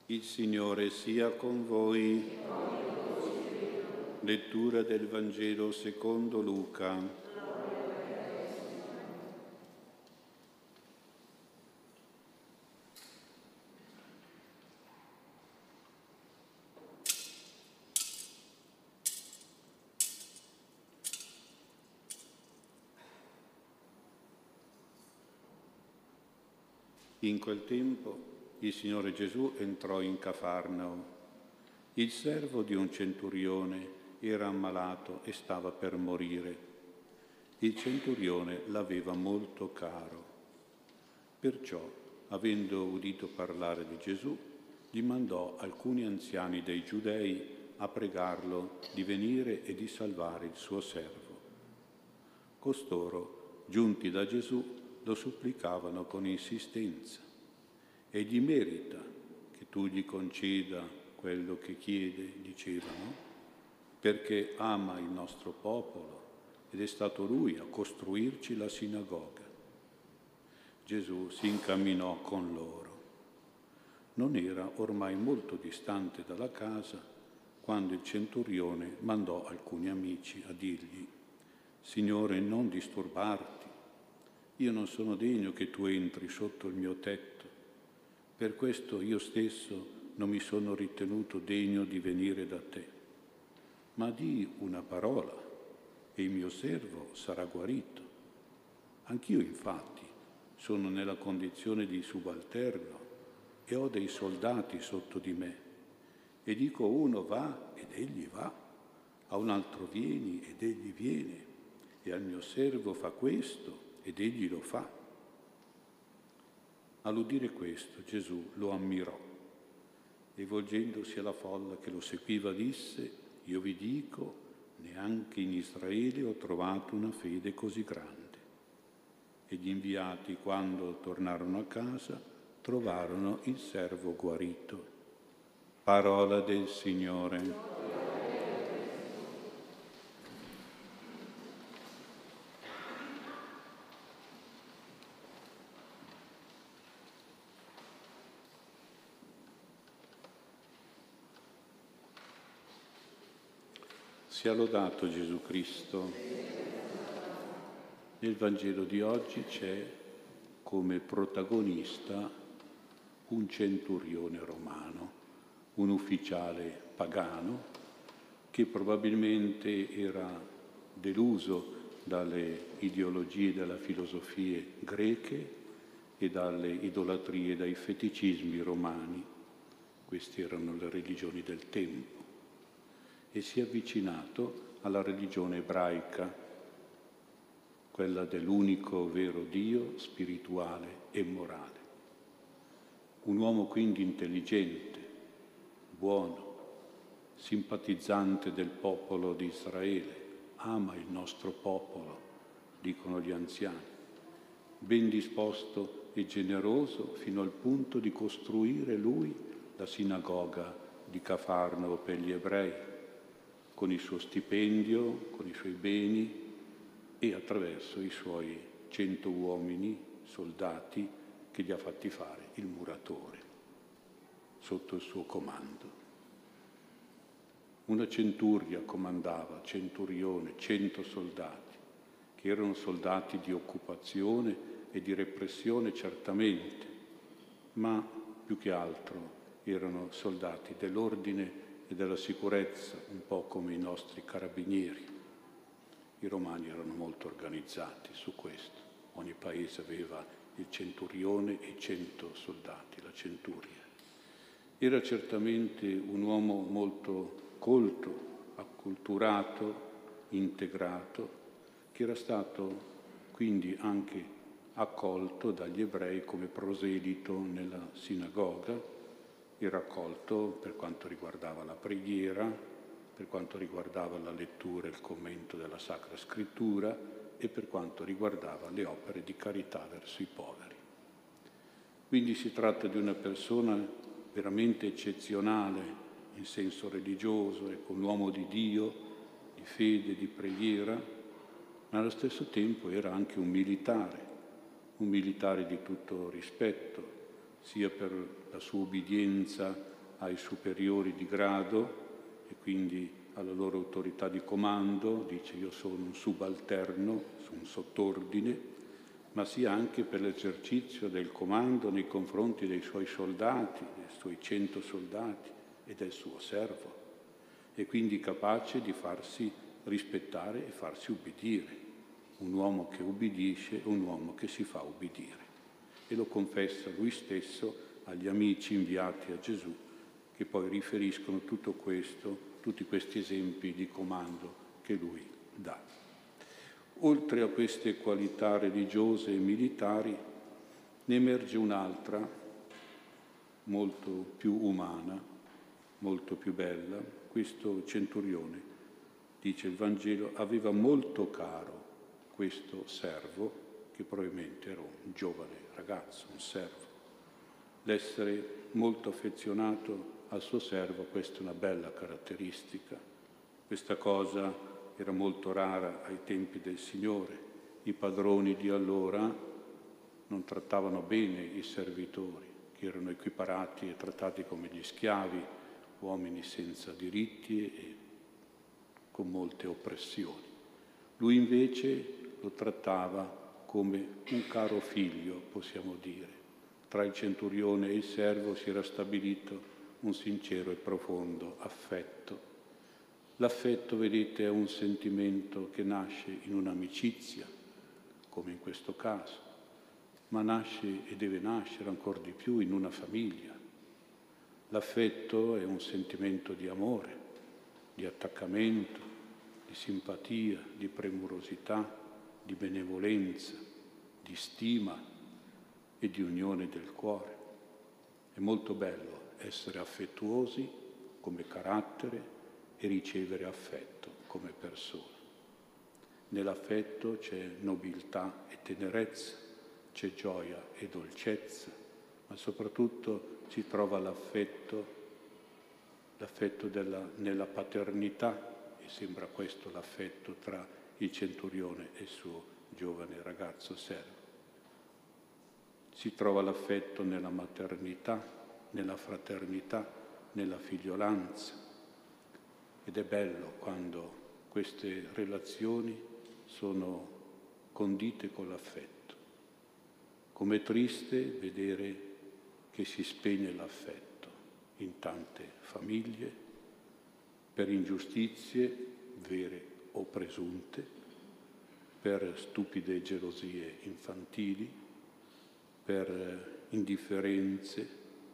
Il Signore sia con voi. Lettura del Vangelo secondo Luca. In quel tempo il Signore Gesù entrò in Cafarnao. Il servo di un centurione era ammalato e stava per morire. Il centurione l'aveva molto caro. Perciò, avendo udito parlare di Gesù, gli mandò alcuni anziani dei Giudei a pregarlo di venire e di salvare il suo servo. Costoro, giunti da Gesù, lo supplicavano con insistenza. Egli merita che tu gli conceda quello che chiede, dicevano, perché ama il nostro popolo ed è stato lui a costruirci la sinagoga. Gesù si incamminò con loro. Non era ormai molto distante dalla casa quando il centurione mandò alcuni amici a dirgli: Signore, non disturbarti. Io non sono degno che tu entri sotto il mio tetto. Per questo io stesso non mi sono ritenuto degno di venire da te. Ma di una parola e il mio servo sarà guarito. Anch'io, infatti, sono nella condizione di subalterno e ho dei soldati sotto di me. E dico a uno va ed egli va, a un altro vieni ed egli viene, e al mio servo fa questo ed egli lo fa. All'udire questo Gesù lo ammirò e volgendosi alla folla che lo seguiva disse: Io vi dico, neanche in Israele ho trovato una fede così grande. E gli inviati, quando tornarono a casa, trovarono il servo guarito. Parola del Signore. Sia lodato Gesù Cristo. Nel Vangelo di oggi c'è come protagonista un centurione romano, un ufficiale pagano che probabilmente era deluso dalle ideologie e dalle filosofie greche e dalle idolatrie, dai feticismi romani. Queste erano le religioni del tempo. E si è avvicinato alla religione ebraica, quella dell'unico vero Dio spirituale e morale. Un uomo quindi intelligente, buono, simpatizzante del popolo di Israele, ama il nostro popolo, dicono gli anziani, ben disposto e generoso fino al punto di costruire lui la sinagoga di Cafarnao per gli ebrei, con il suo stipendio, con i suoi beni e attraverso i suoi 100 uomini, soldati, che gli ha fatti fare il muratore, sotto il suo comando. Una centuria comandava, centurione, 100 soldati, che erano soldati di occupazione e di repressione certamente, ma più che altro erano soldati dell'ordine e della sicurezza, un po' come i nostri carabinieri. I romani erano molto organizzati su questo. Ogni paese aveva il centurione e i 100 soldati, la centuria. Era certamente un uomo molto colto, acculturato, integrato, che era stato quindi anche accolto dagli ebrei come proselito nella sinagoga. Era accolto per quanto riguardava la preghiera, per quanto riguardava la lettura e il commento della Sacra Scrittura e per quanto riguardava le opere di carità verso i poveri. Quindi si tratta di una persona veramente eccezionale in senso religioso, ecco, un uomo di Dio, di fede, di preghiera, ma allo stesso tempo era anche un militare di tutto rispetto. sia per la sua obbedienza ai superiori di grado e quindi alla loro autorità di comando, dice io sono un subalterno, sono un sottordine, ma sia anche per l'esercizio del comando nei confronti dei suoi soldati, dei suoi 100 soldati e del suo servo, e quindi capace di farsi rispettare e farsi ubbidire. Un uomo che ubbidisce è un uomo che si fa ubbidire. E lo confessa lui stesso agli amici inviati a Gesù, che poi riferiscono tutto questo, tutti questi esempi di comando che lui dà. Oltre a queste qualità religiose e militari, ne emerge un'altra, molto più umana, molto più bella. Questo centurione, dice il Vangelo, aveva molto caro questo servo, che probabilmente era un giovane ragazzo, un servo. L'essere molto affezionato al suo servo, questa è una bella caratteristica. Questa cosa era molto rara ai tempi del Signore. I padroni di allora non trattavano bene i servitori, che erano equiparati e trattati come gli schiavi, uomini senza diritti e con molte oppressioni. Lui invece lo trattava come un caro figlio, possiamo dire. Tra il centurione e il servo si era stabilito un sincero e profondo affetto. L'affetto, vedete, è un sentimento che nasce in un'amicizia, come in questo caso, ma nasce e deve nascere ancora di più in una famiglia. L'affetto è un sentimento di amore, di attaccamento, di simpatia, di premurosità, di benevolenza, di stima e di unione del cuore. È molto bello essere affettuosi come carattere e ricevere affetto come persona. Nell'affetto c'è nobiltà e tenerezza, c'è gioia e dolcezza, ma soprattutto si trova l'affetto nella paternità, e sembra questo l'affetto tra il centurione e il suo giovane ragazzo servo. Si trova l'affetto nella maternità, nella fraternità, nella figliolanza, ed è bello quando queste relazioni sono condite con l'affetto. Com'è triste vedere che si spegne l'affetto in tante famiglie per ingiustizie vere o presunte, per stupide gelosie infantili, per indifferenze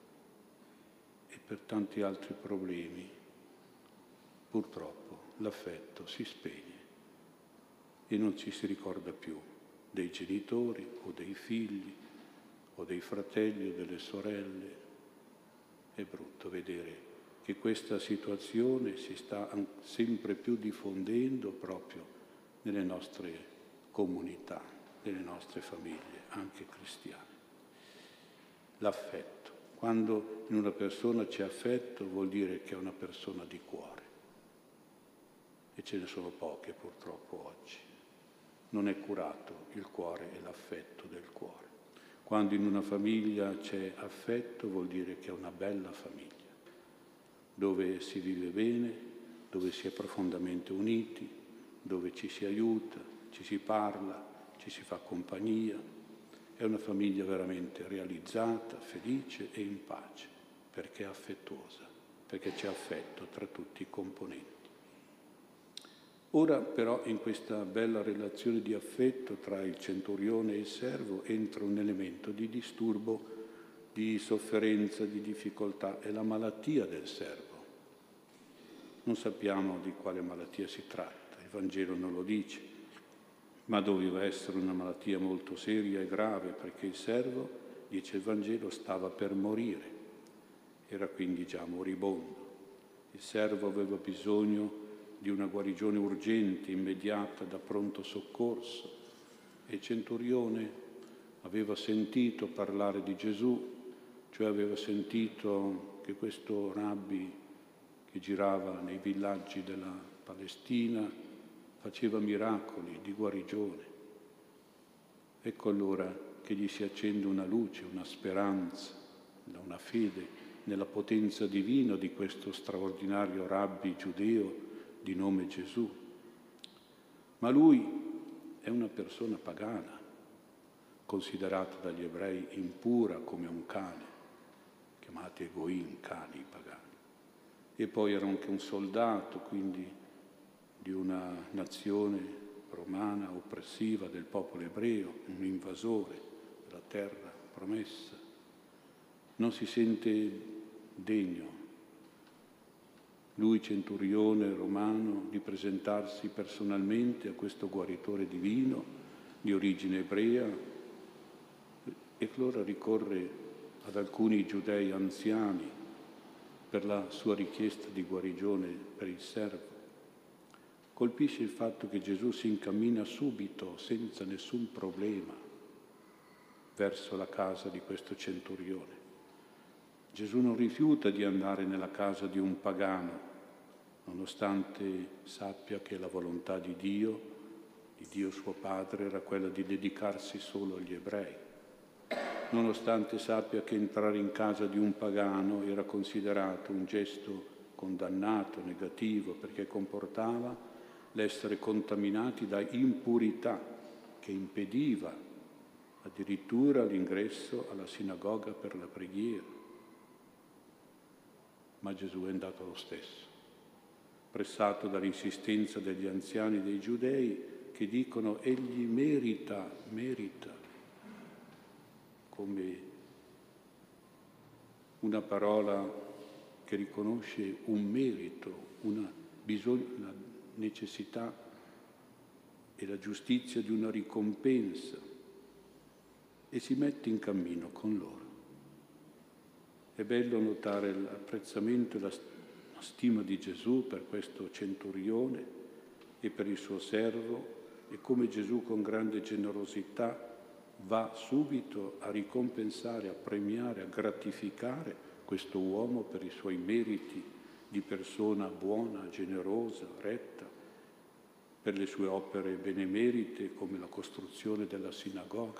e per tanti altri problemi. Purtroppo l'affetto si spegne e non ci si ricorda più dei genitori o dei figli o dei fratelli o delle sorelle. È brutto vedere che questa situazione si sta sempre più diffondendo proprio nelle nostre comunità, nelle nostre famiglie, anche cristiane. L'affetto. Quando in una persona c'è affetto vuol dire che è una persona di cuore. E ce ne sono poche purtroppo oggi. Non è curato il cuore e l'affetto del cuore. Quando in una famiglia c'è affetto vuol dire che è una bella famiglia, dove si vive bene, dove si è profondamente uniti, dove ci si aiuta, ci si parla, ci si fa compagnia. È una famiglia veramente realizzata, felice e in pace, perché è affettuosa, perché c'è affetto tra tutti i componenti. Ora però in questa bella relazione di affetto tra il centurione e il servo entra un elemento di disturbo, di sofferenza, di difficoltà, è la malattia del servo. Non sappiamo di quale malattia si tratta, il Vangelo non lo dice, ma doveva essere una malattia molto seria e grave, perché il servo, dice il Vangelo, stava per morire, era quindi già moribondo. Il servo aveva bisogno di una guarigione urgente, immediata, da pronto soccorso, e il centurione aveva sentito parlare di Gesù, cioè aveva sentito che questo rabbi che girava nei villaggi della Palestina faceva miracoli di guarigione. Ecco allora che gli si accende una luce, una speranza, da una fede nella potenza divina di questo straordinario rabbi giudeo di nome Gesù. Ma lui è una persona pagana, considerata dagli ebrei impura come un cane, chiamati egoim, cani pagani. E poi era anche un soldato, quindi di una nazione romana oppressiva del popolo ebreo, un invasore della terra promessa. Non si sente degno, lui centurione romano, di presentarsi personalmente a questo guaritore divino di origine ebrea, e allora ricorre ad alcuni giudei anziani per la sua richiesta di guarigione per il servo. Colpisce il fatto che Gesù si incammina subito, senza nessun problema, verso la casa di questo centurione. Gesù non rifiuta di andare nella casa di un pagano, nonostante sappia che la volontà di Dio suo Padre, era quella di dedicarsi solo agli ebrei. Nonostante sappia che entrare in casa di un pagano era considerato un gesto condannato, negativo, perché comportava l'essere contaminati da impurità che impediva addirittura l'ingresso alla sinagoga per la preghiera. Ma Gesù è andato lo stesso, pressato dall'insistenza degli anziani dei giudei che dicono egli merita, come una parola che riconosce un merito, una necessità e la giustizia di una ricompensa, e si mette in cammino con loro. È bello notare l'apprezzamento e la stima di Gesù per questo centurione e per il suo servo, e come Gesù con grande generosità va subito a ricompensare, a premiare, a gratificare questo uomo per i suoi meriti di persona buona, generosa, retta, per le sue opere benemerite come la costruzione della sinagoga.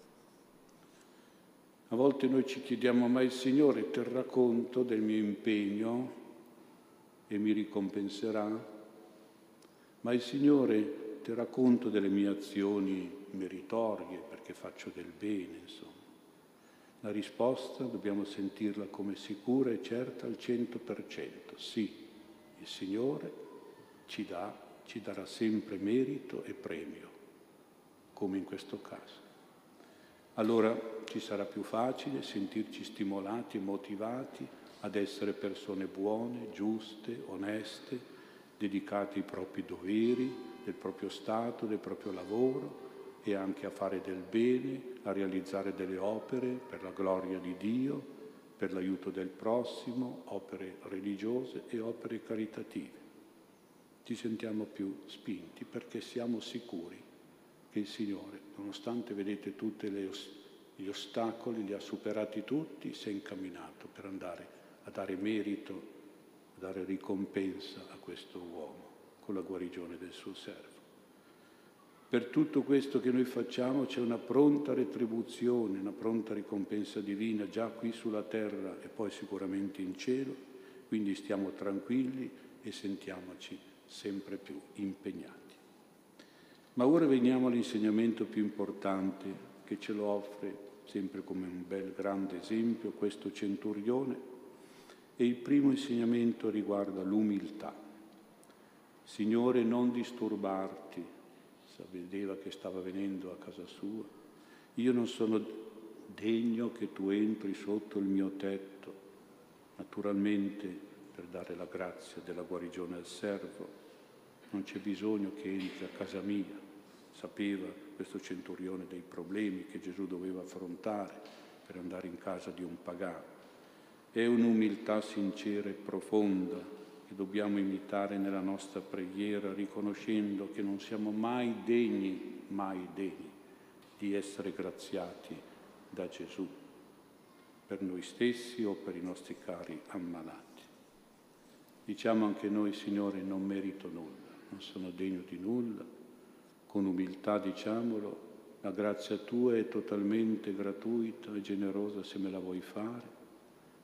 A volte noi ci chiediamo: ma il Signore terrà conto del mio impegno e mi ricompenserà? Ma il Signore terrà conto delle mie azioni meritorie perché faccio del bene, insomma? La risposta dobbiamo sentirla come sicura e certa al 100%. Sì, il Signore ci darà sempre merito e premio, come in questo caso. Allora ci sarà più facile sentirci stimolati e motivati ad essere persone buone, giuste, oneste, dedicate ai propri doveri, del proprio stato, del proprio lavoro, e anche a fare del bene, a realizzare delle opere per la gloria di Dio, per l'aiuto del prossimo, opere religiose e opere caritative. Ci sentiamo più spinti perché siamo sicuri che il Signore, nonostante vedete tutti gli ostacoli, li ha superati tutti, si è incamminato per andare a dare merito, a dare ricompensa a questo uomo con la guarigione del suo servo. Per tutto questo che noi facciamo c'è una pronta retribuzione, una pronta ricompensa divina già qui sulla terra e poi sicuramente in cielo, quindi stiamo tranquilli e sentiamoci sempre più impegnati. Ma ora veniamo all'insegnamento più importante che ce lo offre sempre come un bel grande esempio questo centurione, e il primo insegnamento riguarda l'umiltà. Signore, non disturbarti. Vedeva che stava venendo a casa sua. Io non sono degno che tu entri sotto il mio tetto, naturalmente per dare la grazia della guarigione al servo. Non c'è bisogno che entri a casa mia. Sapeva questo centurione dei problemi che Gesù doveva affrontare per andare in casa di un pagano. È un'umiltà sincera e profonda che dobbiamo imitare nella nostra preghiera, riconoscendo che non siamo mai degni di essere graziati da Gesù per noi stessi o per i nostri cari ammalati. Diciamo anche noi: Signore, non merito nulla, non sono degno di nulla. Con umiltà diciamolo: la grazia tua è totalmente gratuita e generosa se me la vuoi fare.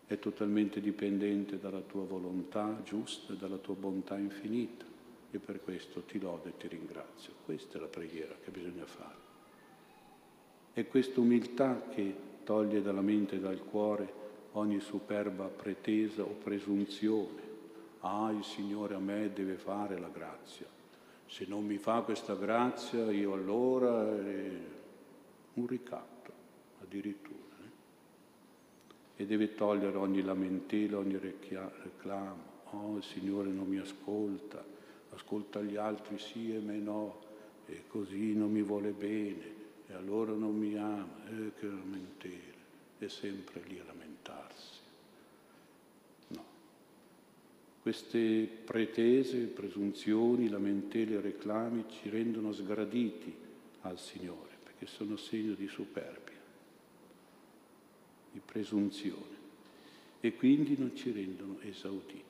è totalmente dipendente dalla tua volontà giusta e dalla tua bontà infinita, e per questo ti lodo e ti ringrazio. Questa è la preghiera che bisogna fare. È questa umiltà che toglie dalla mente e dal cuore ogni superba pretesa o presunzione. Ah, il Signore a me deve fare la grazia. Se non mi fa questa grazia, io allora... un ricatto, addirittura. E deve togliere ogni lamentela, ogni reclamo. Oh, il Signore non mi ascolta, ascolta gli altri sì e me no, e così non mi vuole bene, e allora non mi ama. Che lamentele, è sempre lì a lamentarsi. No. Queste pretese, presunzioni, lamentele e reclami ci rendono sgraditi al Signore, perché sono segno di superbia, di presunzione, e quindi non ci rendono esauditi.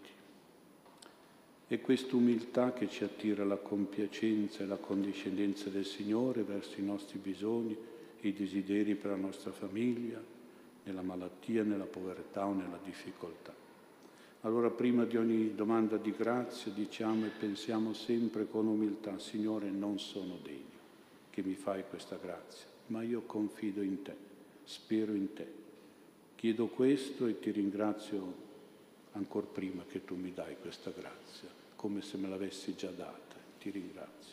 È questa umiltà che ci attira la compiacenza e la condiscendenza del Signore verso i nostri bisogni e i desideri per la nostra famiglia, nella malattia, nella povertà o nella difficoltà. Allora, prima di ogni domanda di grazia, diciamo e pensiamo sempre con umiltà: Signore, non sono degno che mi fai questa grazia, ma io confido in Te, spero in Te. Chiedo questo e ti ringrazio ancor prima che tu mi dai questa grazia, come se me l'avessi già data. Ti ringrazio.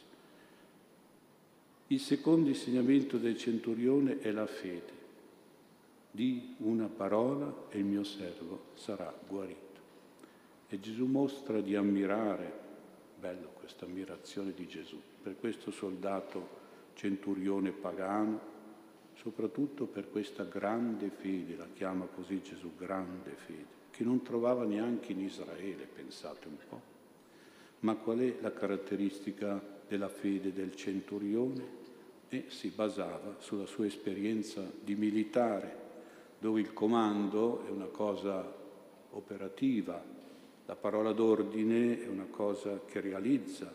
Il secondo insegnamento del centurione è la fede. Di una parola e il mio servo sarà guarito. E Gesù mostra di ammirare, bello questa ammirazione di Gesù, per questo soldato centurione pagano, soprattutto per questa grande fede, la chiama così Gesù, grande fede, che non trovava neanche in Israele, pensate un po'. Ma qual è la caratteristica della fede del centurione? Si basava sulla sua esperienza di militare, dove il comando è una cosa operativa, la parola d'ordine è una cosa che realizza,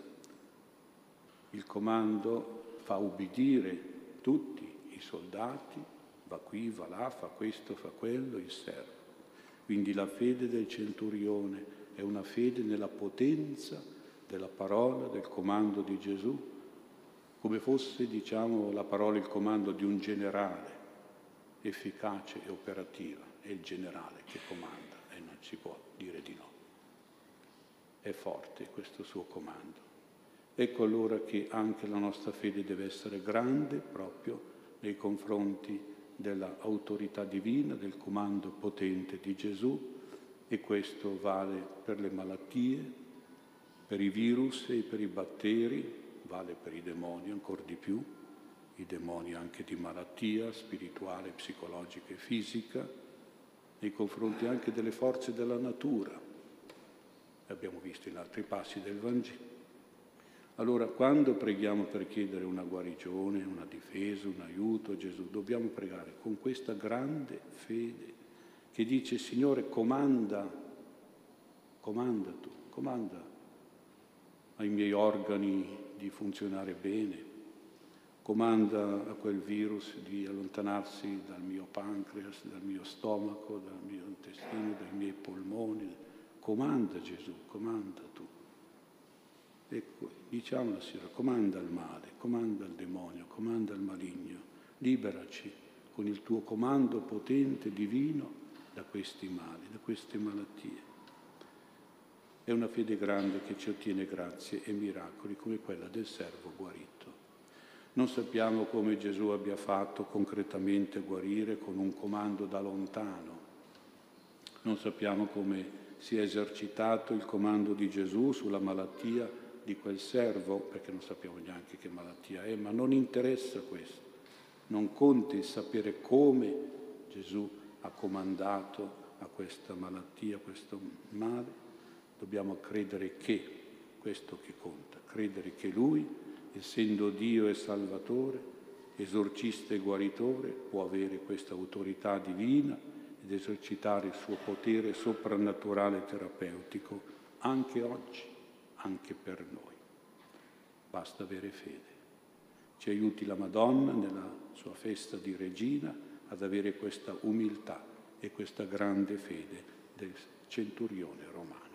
il comando fa ubbidire tutti i soldati, va qui, va là, fa questo, fa quello, il servo. Quindi la fede del centurione è una fede nella potenza della parola, del comando di Gesù, come fosse, diciamo, la parola, il comando di un generale efficace e operativa. È il generale che comanda e non si può dire di no. È forte questo suo comando. Ecco allora che anche la nostra fede deve essere grande proprio nei confronti dell'autorità divina, del comando potente di Gesù, e questo vale per le malattie, per i virus e per i batteri, vale per i demoni ancora di più, i demoni anche di malattia spirituale, psicologica e fisica, nei confronti anche delle forze della natura. Abbiamo visto in altri passi del Vangelo. Allora, quando preghiamo per chiedere una guarigione, una difesa, un aiuto a Gesù, dobbiamo pregare con questa grande fede che dice: Signore, comanda tu, comanda ai miei organi di funzionare bene, comanda a quel virus di allontanarsi dal mio pancreas, dal mio stomaco, dal mio intestino, dai miei polmoni. Comanda Gesù, comanda tu. Ecco, diciamo alla Signora: comanda il male, comanda il demonio, comanda il maligno, liberaci con il tuo comando potente, divino, da questi mali, da queste malattie. È una fede grande che ci ottiene grazie e miracoli come quella del servo guarito. Non sappiamo come Gesù abbia fatto concretamente guarire con un comando da lontano. Non sappiamo come sia esercitato il comando di Gesù sulla malattia di quel servo, perché non sappiamo neanche che malattia è, ma non interessa questo. Non conta il sapere come Gesù ha comandato a questa malattia, a questo male. Dobbiamo credere che, questo che conta, credere che Lui, essendo Dio e Salvatore, esorcista e guaritore, può avere questa autorità divina ed esercitare il suo potere soprannaturale terapeutico anche oggi, anche per noi. Basta avere fede. Ci aiuti la Madonna nella sua festa di Regina ad avere questa umiltà e questa grande fede del centurione romano.